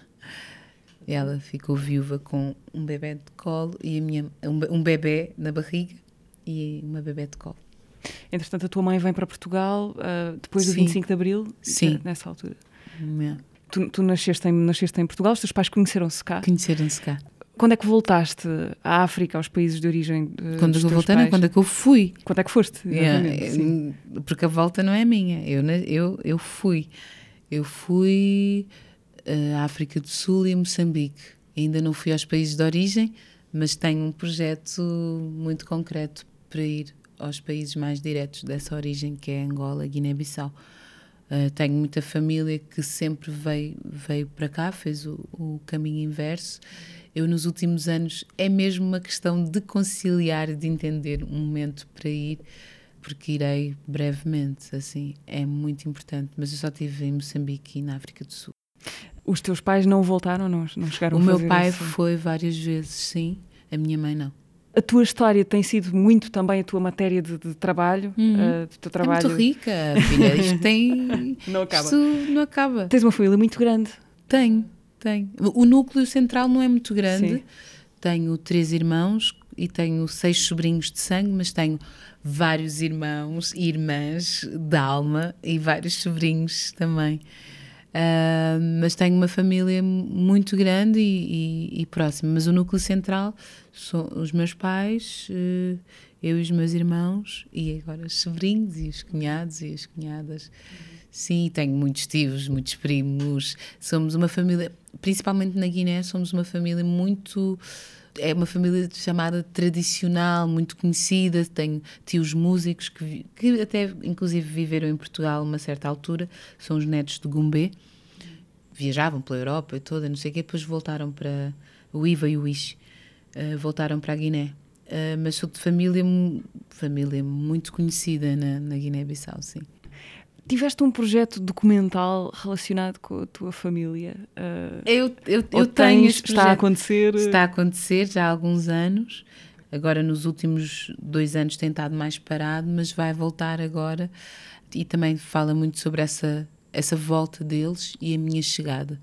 E ela ficou viúva com um bebê de colo, e a minha, um, um bebê na barriga e uma bebê de colo. Entretanto, a tua mãe vem para Portugal uh, depois do Sim. vinte e cinco de Abril? Sim. Nessa altura? É. Tu, tu nasceste, em, nasceste em Portugal, os teus pais conheceram-se cá? Conheceram-se cá. Quando é que voltaste à África, aos países de origem uh, Quando eu voltei, não, quando é que eu fui. Quando é que foste? Yeah, porque a volta não é minha, eu, eu, eu fui. Eu fui uh, à África do Sul e a Moçambique. Ainda não fui aos países de origem, mas tenho um projeto muito concreto para ir aos países mais diretos dessa origem, que é Angola, Guiné-Bissau. Uh, tenho muita família que sempre veio, veio para cá, fez o, o caminho inverso. Eu, nos últimos anos, é mesmo uma questão de conciliar, de entender um momento para ir, porque irei brevemente, assim, é muito importante. Mas eu só estive em Moçambique e na África do Sul. Os teus pais não voltaram, não, não chegaram O a fazer meu pai isso? foi várias vezes, sim. A minha mãe não. A tua história tem sido muito também a tua matéria de, de trabalho, Uhum. uh, do teu trabalho. É muito rica, filha. Isto tem... Não acaba. Isto não acaba. Tens uma família muito grande. Tenho, tenho. O núcleo central não é muito grande. Sim. Tenho três irmãos e tenho seis sobrinhos de sangue, mas tenho vários irmãos e irmãs de alma e vários sobrinhos também. Uh, mas tenho uma família muito grande e, e, e próxima. Mas o núcleo central são os meus pais, uh, eu e os meus irmãos, e agora os sobrinhos e os cunhados e as cunhadas. Uhum. Sim, tenho muitos tios, muitos primos. Somos uma família, principalmente na Guiné, somos uma família muito... É uma família chamada tradicional, muito conhecida. Tenho tios músicos que, que até, inclusive, viveram em Portugal a uma certa altura. São os netos de Gumbé. Viajavam pela Europa e toda, não sei o quê. Depois voltaram para o Iva e o Ish. Uh, voltaram para a Guiné. Uh, mas sou de família, família muito conhecida na, na Guiné-Bissau, sim. Tiveste um projeto documental relacionado com a tua família? Uh, eu eu, eu eu tenho tens, esse está a acontecer? Está a acontecer já há alguns anos. Agora, nos últimos dois anos, tem estado mais parado, mas vai voltar agora. E também fala muito sobre essa, essa volta deles e a minha chegada.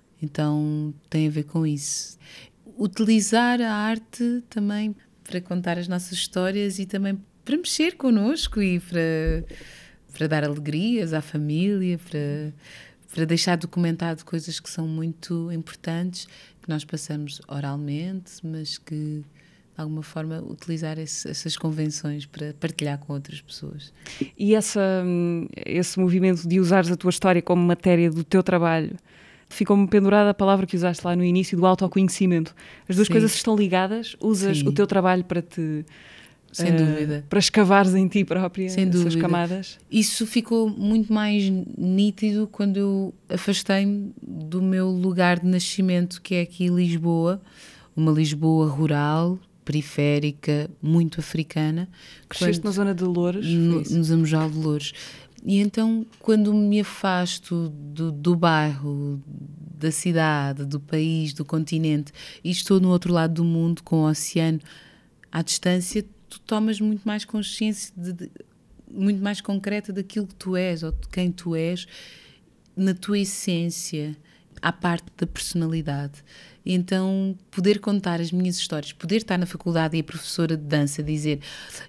Então, tem a ver com isso. Utilizar a arte também para contar as nossas histórias e também para mexer connosco e para... para dar alegrias à família, para, para deixar documentado coisas que são muito importantes, que nós passamos oralmente, mas que, de alguma forma, utilizar esse, essas convenções para partilhar com outras pessoas. E essa, esse movimento de usares a tua história como matéria do teu trabalho, ficou-me pendurada a palavra que usaste lá no início, do autoconhecimento. As duas Sim. coisas estão ligadas? Usas Sim. o teu trabalho para te... Sem uh, dúvida. Para escavares em ti própria Sem essas dúvida. camadas? Isso ficou muito mais nítido quando eu afastei-me do meu lugar de nascimento, que é aqui em Lisboa, uma Lisboa rural, periférica, muito africana. Cresceste na zona de Loures? No, no Zamujal de Loures. E então, quando me afasto do, do bairro, da cidade, do país, do continente, e estou no outro lado do mundo, com o oceano à distância, tu tomas muito mais consciência, de, de, muito mais concreta daquilo que tu és, ou de quem tu és, na tua essência, à parte da personalidade. E então, poder contar as minhas histórias, poder estar na faculdade e a professora de dança dizer: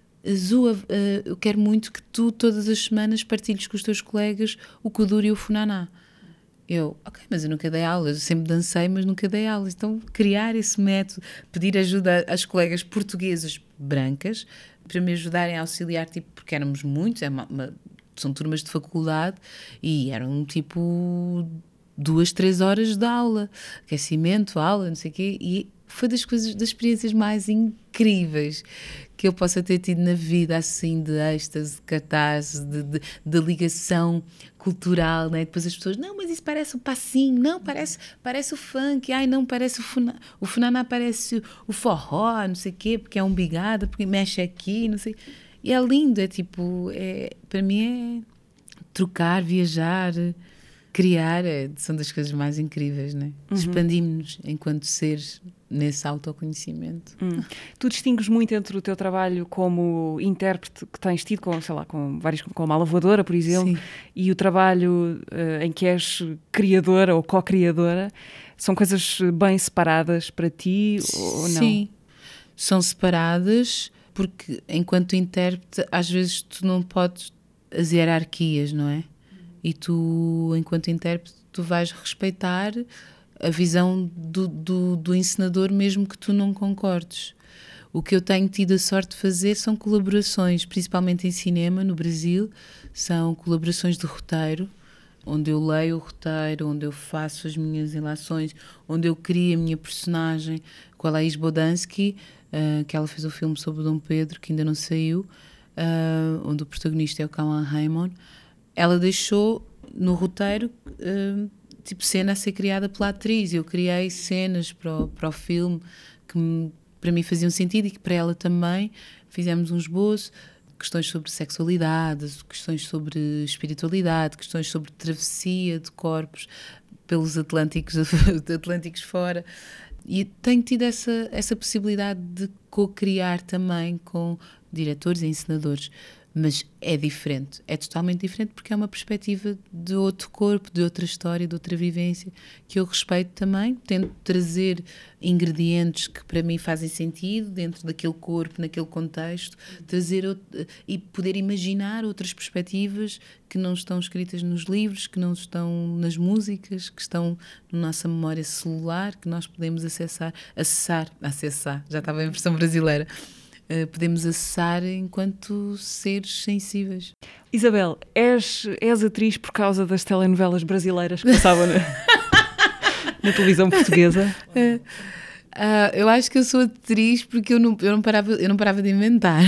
Zua, uh, eu quero muito que tu, todas as semanas, partilhes com os teus colegas o Kuduro e o Funaná. Eu, ok, mas eu nunca dei aulas, eu sempre dancei, mas nunca dei aulas. Então, criar esse método, pedir ajuda às colegas portuguesas brancas para me ajudarem a auxiliar, tipo, porque éramos muitos, é uma, uma, são turmas de faculdade e eram tipo duas, três horas de aula, aquecimento, aula, não sei o quê, e foi das coisas, das experiências mais incríveis que eu possa ter tido na vida, assim, de êxtase, de catarse, de, de, de ligação cultural, né? Depois as pessoas, não, mas isso parece o passinho, não, parece, parece o funk, ai, não, parece o funaná, o funaná parece o forró, não sei o quê, porque é um bigada, porque mexe aqui, não sei. E é lindo, é tipo, é, para mim é trocar, viajar, criar, é, são das coisas mais incríveis, né? Uhum. Expandimos-nos enquanto seres nesse autoconhecimento. Hum. Tu distingues muito entre o teu trabalho como intérprete que tens tido com, sei lá, com vários, com a Mala Voadora, por exemplo, Sim. e o trabalho uh, em que és criadora ou co-criadora. São coisas bem separadas para ti ou não? Sim, são separadas porque enquanto intérprete às vezes tu não podes as hierarquias, não é? E tu, enquanto intérprete, tu vais respeitar a visão do, do, do encenador, mesmo que tu não concordes. O que eu tenho tido a sorte de fazer são colaborações, principalmente em cinema, no Brasil, são colaborações de roteiro, onde eu leio o roteiro, onde eu faço as minhas ilações, onde eu crio a minha personagem, com a Laís Bodansky, uh, que ela fez o filme sobre o Dom Pedro, que ainda não saiu, uh, onde o protagonista é o Cauã Raymond. Ela deixou no roteiro uh, tipo cena a ser criada pela atriz. Eu criei cenas para o, para o filme que me, para mim faziam sentido e que para ela também. Fizemos um esboço, questões sobre sexualidade, questões sobre espiritualidade, questões sobre travessia de corpos, pelos Atlânticos, Atlânticos fora. E tenho tido essa, essa possibilidade de co-criar também com diretores e encenadores. Mas é diferente, é totalmente diferente porque é uma perspectiva de outro corpo, de outra história, de outra vivência, que eu respeito também, tento trazer ingredientes que para mim fazem sentido dentro daquele corpo, naquele contexto, trazer outro, e poder imaginar outras perspectivas que não estão escritas nos livros, que não estão nas músicas, que estão na nossa memória celular, que nós podemos acessar, acessar, acessar, já estava em versão brasileira, Uh, podemos acessar enquanto seres sensíveis. Isabel, és, és atriz por causa das telenovelas brasileiras que passavam na, na televisão portuguesa? Uh, uh, eu acho que eu sou atriz porque eu não, eu não, parava, eu não parava de inventar.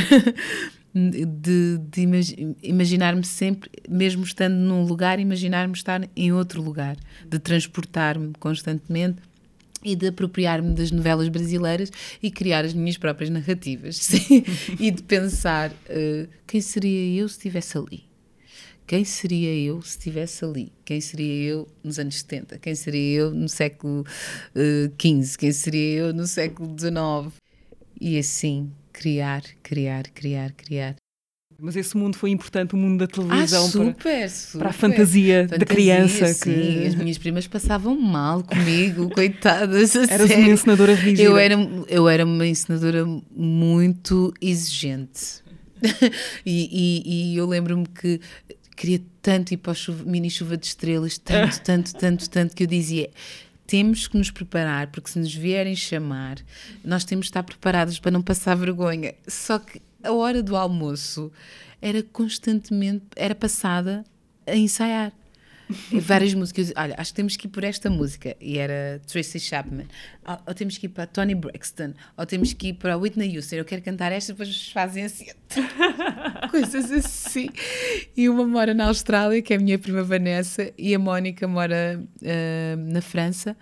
de, de imag- imaginar-me sempre, mesmo estando num lugar, imaginar-me estar em outro lugar, de transportar-me constantemente e de apropriar-me das novelas brasileiras e criar as minhas próprias narrativas. Sim. E de pensar, uh, quem seria eu se estivesse ali? Quem seria eu se estivesse ali? Quem seria eu nos anos setenta? Quem seria eu no século uh, quinze? Quem seria eu no século dezenove? E assim, criar, criar, criar, criar. Mas esse mundo foi importante, o mundo da televisão, ah, super, para, super. para a fantasia, fantasia da criança. Sim, que... as minhas primas passavam mal comigo, coitadas. Eras uma encenadora rígida. Eu era, eu era uma encenadora muito exigente. e, e, e eu lembro-me que queria tanto ir para a chuva, mini chuva de estrelas, tanto, tanto, tanto, tanto, que eu dizia... Temos que nos preparar, porque se nos vierem chamar, nós temos de estar preparados para não passar vergonha. Só que a hora do almoço era constantemente, era passada a ensaiar. Várias músicas, olha, acho que temos que ir por esta música, e era Tracy Chapman, ou, ou temos que ir para Toni Braxton, ou temos que ir para Whitney Houston, eu quero cantar esta, depois fazem assim, coisas assim. E uma mora na Austrália, que é a minha prima Vanessa, e a Mónica mora uh, na França,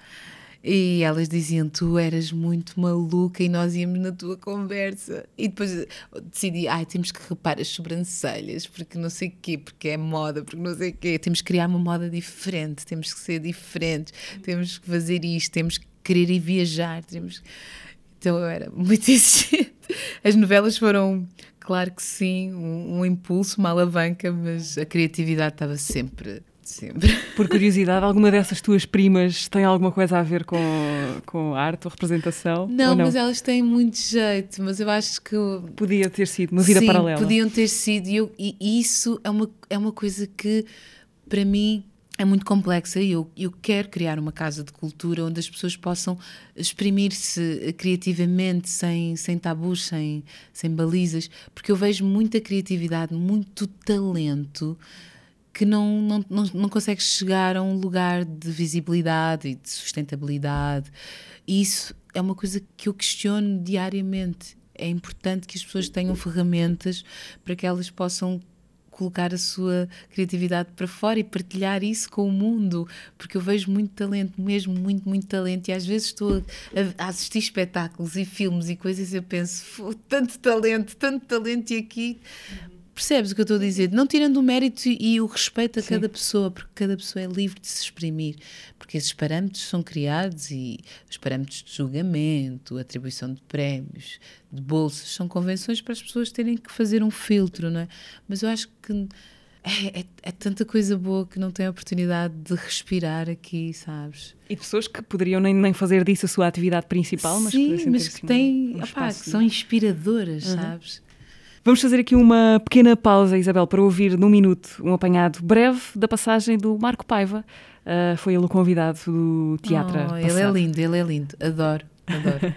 e elas diziam, tu eras muito maluca e nós íamos na tua conversa. E depois decidi, ai, temos que rapar as sobrancelhas, porque não sei o quê, porque é moda, porque não sei o quê. Temos que criar uma moda diferente, temos que ser diferentes, temos que fazer isto, temos que querer ir viajar. Temos... Então eu era muito exigente. As novelas foram, claro que sim, um, um impulso, uma alavanca, mas a criatividade estava sempre... Sempre. Por curiosidade, alguma dessas tuas primas tem alguma coisa a ver com, com arte ou representação? Não, ou não, mas elas têm muito jeito, mas eu acho que... Podia ter sido uma vida sim, paralela. Podiam ter sido, e, eu, e isso é uma, é uma coisa que, para mim, é muito complexa. Eu, eu quero criar uma casa de cultura onde as pessoas possam exprimir-se criativamente, sem, sem tabus, sem, sem balizas, porque eu vejo muita criatividade, muito talento, que não, não, não, não consegue chegar a um lugar de visibilidade e de sustentabilidade. E isso é uma coisa que eu questiono diariamente. É importante que as pessoas tenham ferramentas para que elas possam colocar a sua criatividade para fora e partilhar isso com o mundo, porque eu vejo muito talento, mesmo muito, muito talento, e às vezes estou a, a assistir espetáculos e filmes e coisas e eu penso, tanto talento, tanto talento, e aqui... Percebes o que eu estou a dizer? Não tirando o mérito e, e o respeito a Sim. cada pessoa, porque cada pessoa é livre de se exprimir, porque esses parâmetros são criados, e os parâmetros de julgamento, atribuição de prémios, de bolsas, são convenções para as pessoas terem que fazer um filtro, não é? Mas eu acho que é, é, é tanta coisa boa que não têm a oportunidade de respirar aqui, sabes? E pessoas que poderiam nem, nem fazer disso a sua atividade principal, mas Sim, que, mas que, assim têm, um, um opá, espaço, que são inspiradoras, uhum. sabes? Vamos fazer aqui uma pequena pausa, Isabel, para ouvir num minuto um apanhado breve da passagem do Marco Paiva. Uh, foi ele o convidado do teatro. Oh, ele é lindo, ele é lindo. Adoro, adoro.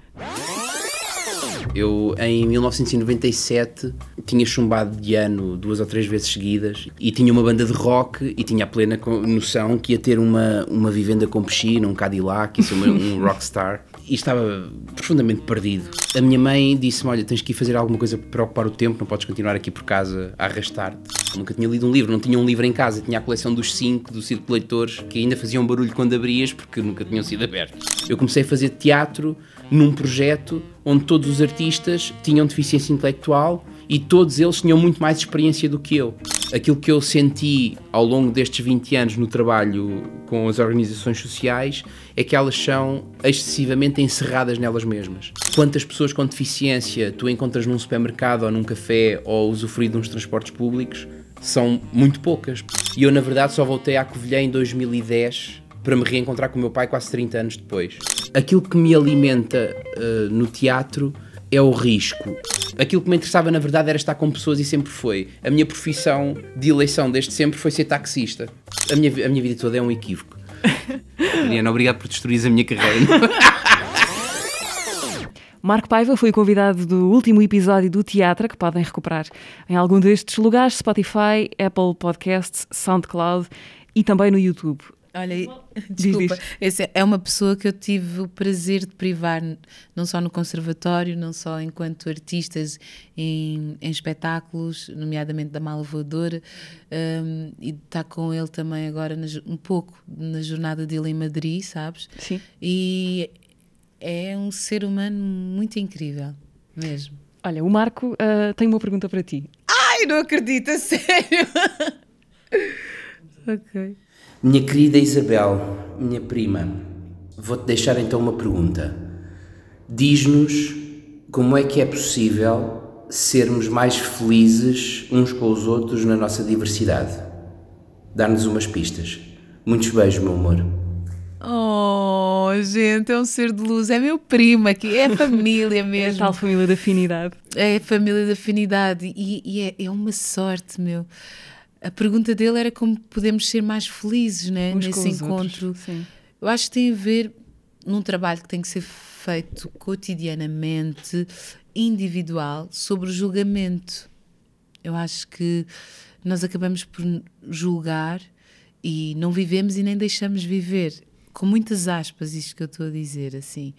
Eu, em mil novecentos e noventa e sete, tinha chumbado de ano duas ou três vezes seguidas e tinha uma banda de rock e tinha a plena noção que ia ter uma, uma vivenda com piscina, um Cadillac, ia ser uma, um rockstar, e estava profundamente perdido. A minha mãe disse-me, olha, tens que ir fazer alguma coisa para ocupar o tempo, não podes continuar aqui por casa a arrastar-te. Eu nunca tinha lido um livro, não tinha um livro em casa, tinha a coleção dos cinco, do Círculo de Leitores, que ainda faziam barulho quando abrias porque nunca tinham sido abertos. Eu comecei a fazer teatro num projeto onde todos os artistas tinham deficiência intelectual e todos eles tinham muito mais experiência do que eu. Aquilo que eu senti ao longo destes vinte anos no trabalho com as organizações sociais é que elas são excessivamente encerradas nelas mesmas. Quantas pessoas com deficiência tu encontras num supermercado ou num café ou usufruir de uns transportes públicos? São muito poucas. E eu, na verdade, só voltei à Covilhã em dois mil e dez para me reencontrar com o meu pai quase trinta anos depois. Aquilo que me alimenta uh, no teatro é o risco. Aquilo que me interessava, na verdade, era estar com pessoas e sempre foi. A minha profissão de eleição desde sempre foi ser taxista. A minha, a minha vida toda é um equívoco. Mariana, obrigado por destruir a minha carreira. Marco Paiva foi convidado do último episódio do Teatro, que podem recuperar em algum destes lugares, Spotify, Apple Podcasts, SoundCloud e também no YouTube. Olha, desculpa, diz. essa é uma pessoa que eu tive o prazer de privar, não só no conservatório, não só enquanto artistas em, em espetáculos, nomeadamente da Mala Voadora, um, e de estar com ele também agora na, um pouco na jornada dele em Madrid, sabes? Sim. E é um ser humano muito incrível, mesmo. Olha, o Marco uh, tem uma pergunta para ti. Ai, não acredito, a sério! Ok. Minha querida Isabel, minha prima, vou-te deixar então uma pergunta. Diz-nos como é que é possível sermos mais felizes uns com os outros na nossa diversidade. Dá-nos umas pistas. Muitos beijos, meu amor. Oh, gente, é um ser de luz, é meu primo aqui, é família mesmo. É a tal família de afinidade. É a família de afinidade e, e é, é uma sorte, meu. A pergunta dele era como podemos ser mais felizes, né, Uns nesse com os encontro. outros, sim. Eu acho que tem a ver num trabalho que tem que ser feito cotidianamente, individual, sobre o julgamento. Eu acho que nós acabamos por julgar e não vivemos e nem deixamos viver. Com muitas aspas, isto que eu estou a dizer, assim.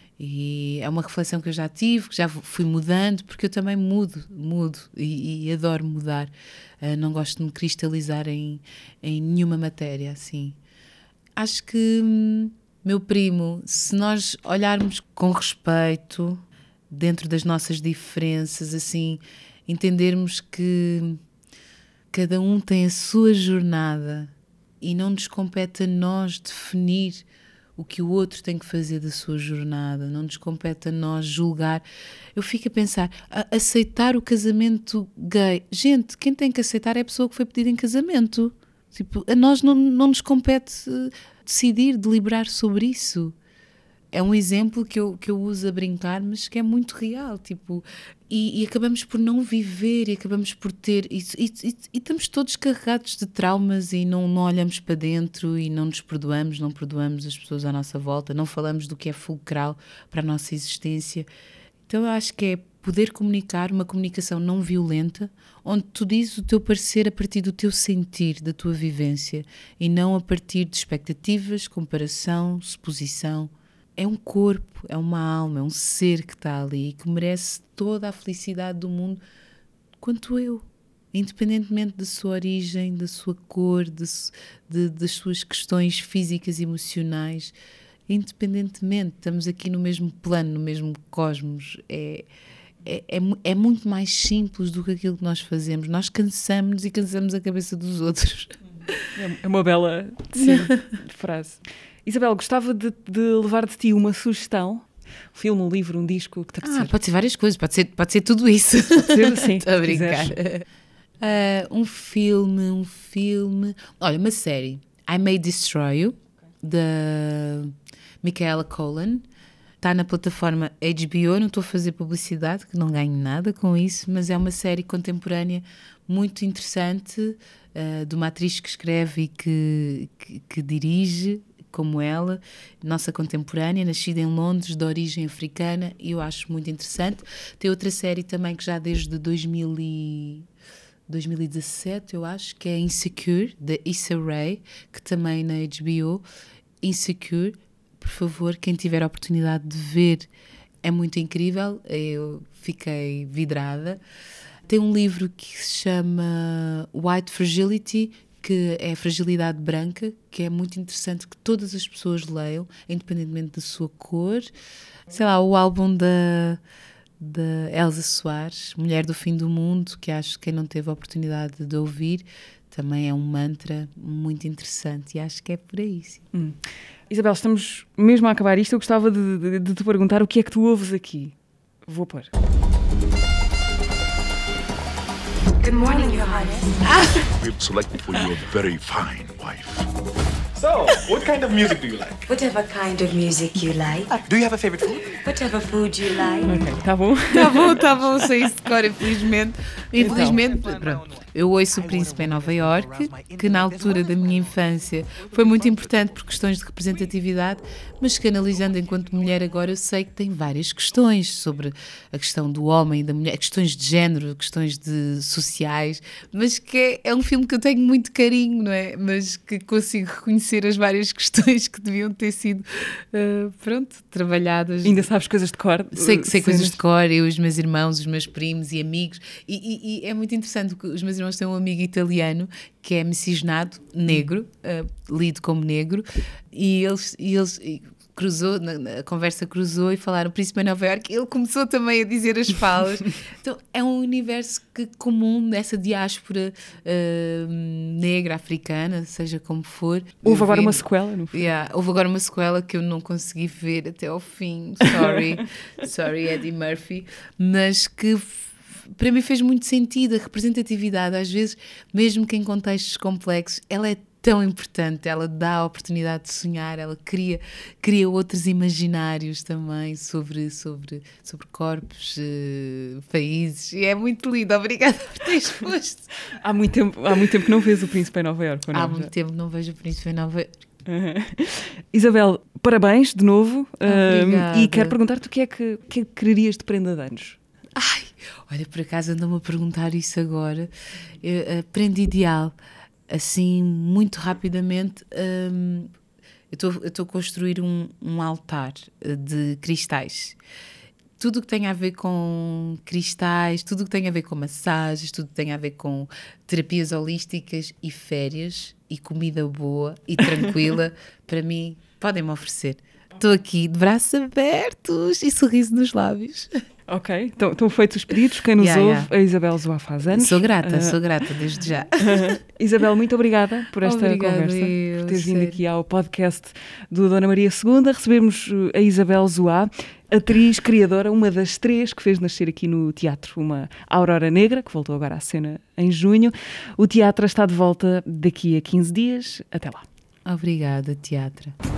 E é uma reflexão que eu já tive, que já fui mudando, porque eu também mudo, mudo e, e adoro mudar. Uh, não gosto de me cristalizar em, em nenhuma matéria, assim. Acho que, hum, meu primo, se nós olharmos com respeito, dentro das nossas diferenças, assim, entendermos que cada um tem a sua jornada e não nos compete a nós definir o que o outro tem que fazer da sua jornada, não nos compete a nós julgar. Eu fico a pensar, a aceitar o casamento gay. Gente, quem tem que aceitar é a pessoa que foi pedida em casamento. Tipo, a nós não, não nos compete decidir, deliberar sobre isso. É um exemplo que eu, que eu uso a brincar, mas que é muito real, tipo, e, e acabamos por não viver, e acabamos por ter, e, e, e, e estamos todos carregados de traumas e não, não olhamos para dentro e não nos perdoamos, não perdoamos as pessoas à nossa volta, não falamos do que é fulcral para a nossa existência. Então eu acho que é poder comunicar, uma comunicação não violenta, onde tu dizes o teu parecer a partir do teu sentir, da tua vivência, e não a partir de expectativas, comparação, suposição. É um corpo, é uma alma, é um ser que está ali e que merece toda a felicidade do mundo quanto eu, independentemente da sua origem, da sua cor, de, de, das suas questões físicas e emocionais, independentemente, estamos aqui no mesmo plano, no mesmo cosmos. É, é, é, é muito mais simples do que aquilo que nós fazemos. Nós cansamos-nos e cansamos a cabeça dos outros. É uma bela sim, frase. Isabel, gostava de, de levar de ti uma sugestão, um filme, um livro, um disco que te apetecer. Ah, pode ser várias coisas, pode ser, pode ser tudo isso. Pode ser, sim. Estou a brincar. Uh, um filme, um filme... Olha, uma série. I May Destroy You, da Michaela Colan. Está na plataforma H B O, não estou a fazer publicidade, que não ganho nada com isso, mas é uma série contemporânea muito interessante, uh, de uma atriz que escreve e que, que, que dirige, como ela, nossa contemporânea, nascida em Londres, de origem africana, e eu acho muito interessante. Tem outra série também que já desde dois mil e dezassete, eu acho, que é Insecure, da Issa Rae, que também na H B O. Insecure, por favor, quem tiver a oportunidade de ver, é muito incrível, eu fiquei vidrada. Tem um livro que se chama White Fragility, que é a fragilidade branca, que é muito interessante que todas as pessoas leiam, independentemente da sua cor. Sei lá, o álbum da, da Elsa Soares, Mulher do Fim do Mundo, que acho que quem não teve a oportunidade de ouvir também é um mantra muito interessante e acho que é por aí. Sim. Hum. Isabel, estamos mesmo a acabar isto. Eu gostava de, de, de te perguntar o que é que tu ouves aqui. Vou pôr. Good morning, Your Highness. We've selected for you a very fine wife. So, what kind of music do you like? Whatever kind of music you like. Do you have a favorite food? Whatever food you like. Ok, tá bom. Tá bom, tá bom, sei isso de cor, infelizmente. Infelizmente, pronto. Eu ouço O Príncipe em Nova Iorque, que na altura da minha infância foi muito importante por questões de representatividade, mas que analisando enquanto mulher agora eu sei que tem várias questões sobre a questão do homem e da mulher, questões de género, questões de sociais, mas que é, é um filme que eu tenho muito carinho, não é? Mas que consigo reconhecer as várias questões que deviam ter sido, uh, pronto, trabalhadas. Ainda sabes coisas de cor? Sei, sei Cenas. coisas de cor, eu, os meus irmãos, os meus primos e amigos, e, e, e é muito interessante porque os meus irmãos têm um amigo italiano que é miscigenado, negro, uh, lido como negro, e eles, e eles e cruzou, na, na, a conversa cruzou e falaram Príncipe em Nova Iorque, ele começou também a dizer as falas. Então é um universo que, comum dessa diáspora uh, negra, africana, seja como for. Houve agora vendo. uma sequela, no filme. Yeah, houve agora uma sequela que eu não consegui ver até ao fim, sorry, sorry Eddie Murphy, mas que para mim fez muito sentido. A representatividade, às vezes, mesmo que em contextos complexos, ela é tão importante, ela dá a oportunidade de sonhar, ela cria, cria outros imaginários também sobre, sobre, sobre corpos, uh, países, e é muito lindo. Obrigada por teres posto. Há muito tempo, há muito tempo que não vês O Príncipe em Nova Iorque, não? Há muito tempo que não vejo O Príncipe em Nova Iorque. Uhum. Isabel, parabéns de novo. Obrigada. Um, e quero perguntar-te o que é que, o que é que quererias de prenda de anos? Ai, olha, por acaso andam-me a perguntar isso agora. Eu, a prenda ideal, assim, muito rapidamente, hum, eu estou a construir um, um altar de cristais. Tudo o que tem a ver com cristais, tudo o que tem a ver com massagens, tudo o que tem a ver com terapias holísticas e férias e comida boa e tranquila, para mim, podem-me oferecer. Estou aqui de braços abertos e sorriso nos lábios. Ok, então, estão feitos os pedidos. Quem nos Yeah, ouve, yeah. a Isabel Zoá faz anos. Sou grata, Uh, sou grata desde já. Uh, Isabel, muito obrigada por esta Obrigada, conversa, eu, por teres vindo sério. aqui ao podcast do Dona Maria segunda. Recebemos uh, a Isabel Zoá, atriz, criadora, uma das três que fez nascer aqui no teatro uma Aurora Negra, que voltou agora à cena em junho. O teatro está de volta daqui a quinze dias. Até lá. Obrigada, teatro.